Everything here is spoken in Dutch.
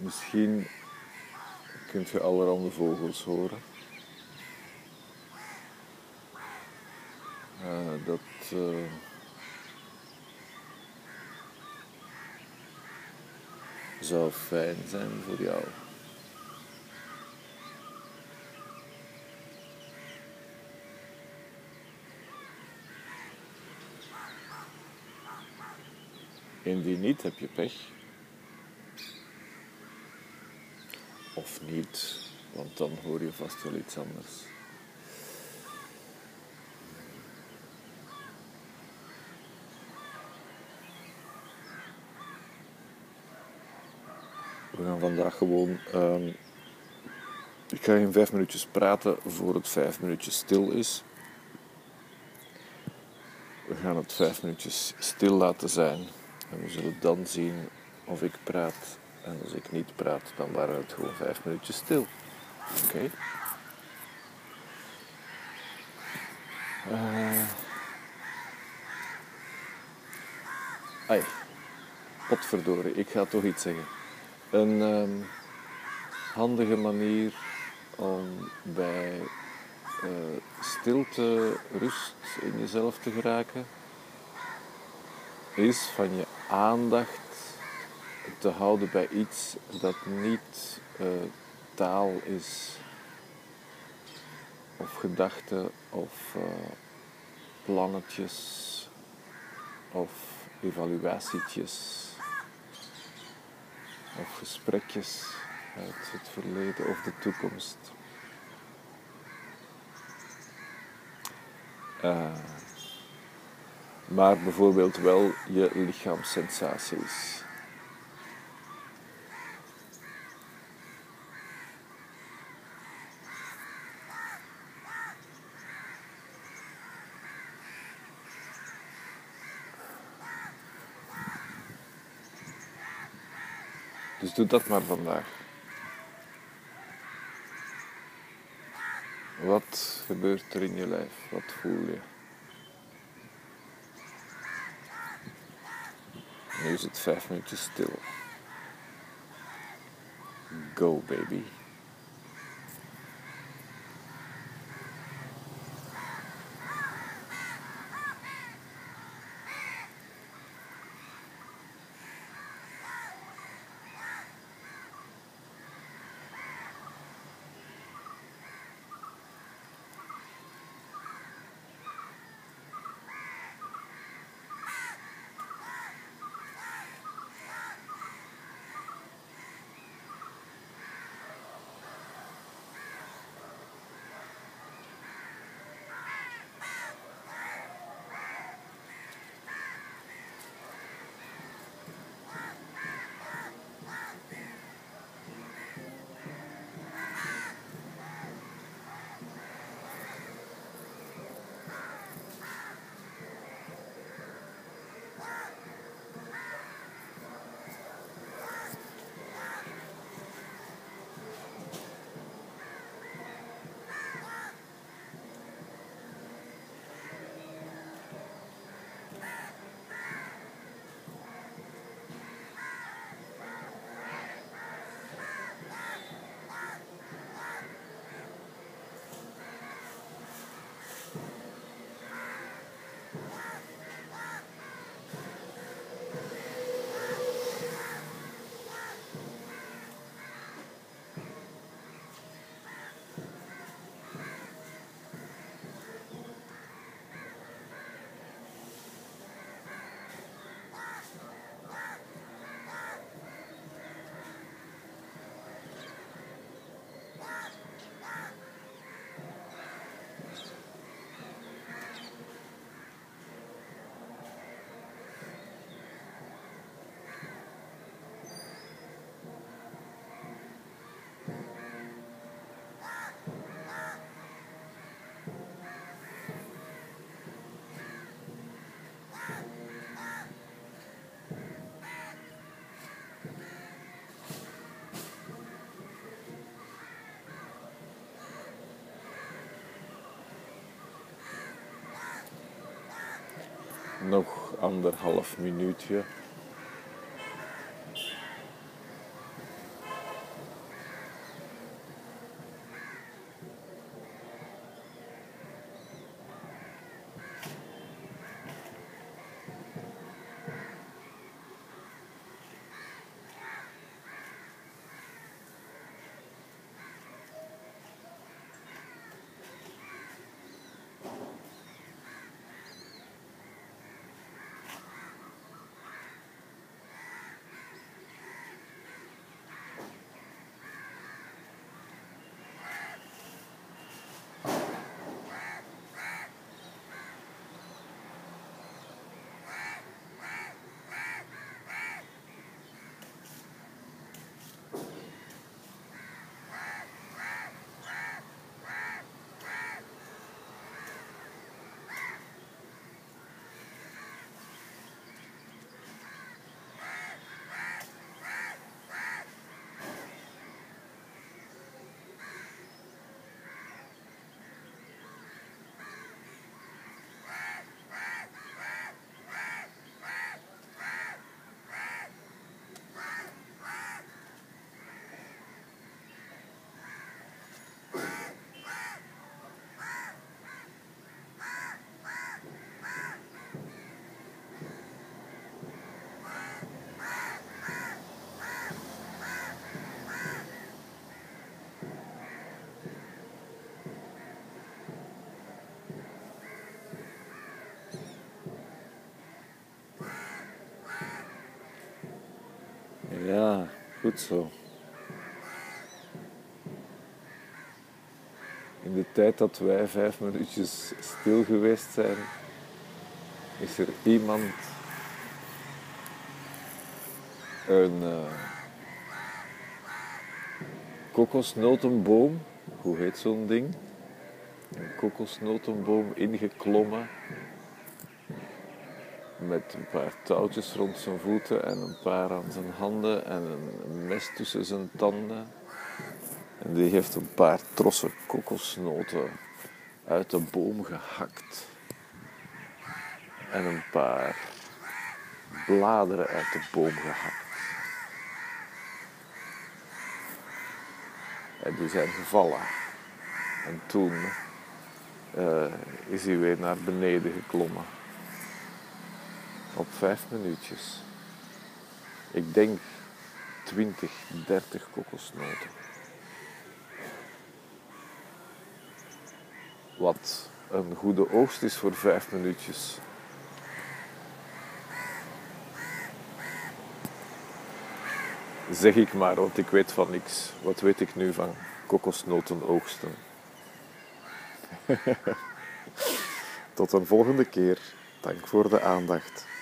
Misschien kunt je allerhande vogels horen. Dat zou fijn zijn voor jou. Indien niet, heb je pech. Of niet, want dan hoor je vast wel iets anders. We gaan vandaag gewoon... ik ga in 5 minuutjes praten voor het 5 minuutjes stil is. We gaan het 5 minuutjes stil laten zijn. En we zullen dan zien of ik praat. En als ik niet praat, dan waren het gewoon 5 minuutjes stil. Oké. Ai, potverdorie, ik ga toch iets zeggen. Een handige manier om bij stilte, rust in jezelf te geraken, is van je aandacht te houden bij iets dat niet taal is, of gedachten, of plannetjes, of evaluatietjes, of gesprekjes uit het verleden of de toekomst. Maar bijvoorbeeld wel je lichaamssensaties. Dus doe dat maar vandaag. Wat gebeurt er in je lijf? Wat voel je? Nu is het 5 minuutjes stil. Go, baby. Nog 1,5 minuutje. het zo. In de tijd dat wij 5 minuutjes stil geweest zijn, is er iemand een kokosnotenboom, hoe heet zo'n ding? Een kokosnotenboom ingeklommen met een paar touwtjes rond zijn voeten en een paar aan zijn handen en een mes tussen zijn tanden. En die heeft een paar trossen kokosnoten uit de boom gehakt. En een paar bladeren uit de boom gehakt. En die zijn gevallen. En toen is hij weer naar beneden geklommen. Op 5 minuutjes. Ik denk 20, 30 kokosnoten. Wat een goede oogst is voor 5 minuutjes. Zeg ik maar, want ik weet van niks. Wat weet ik nu van kokosnoten oogsten? Tot een volgende keer. Dank voor de aandacht.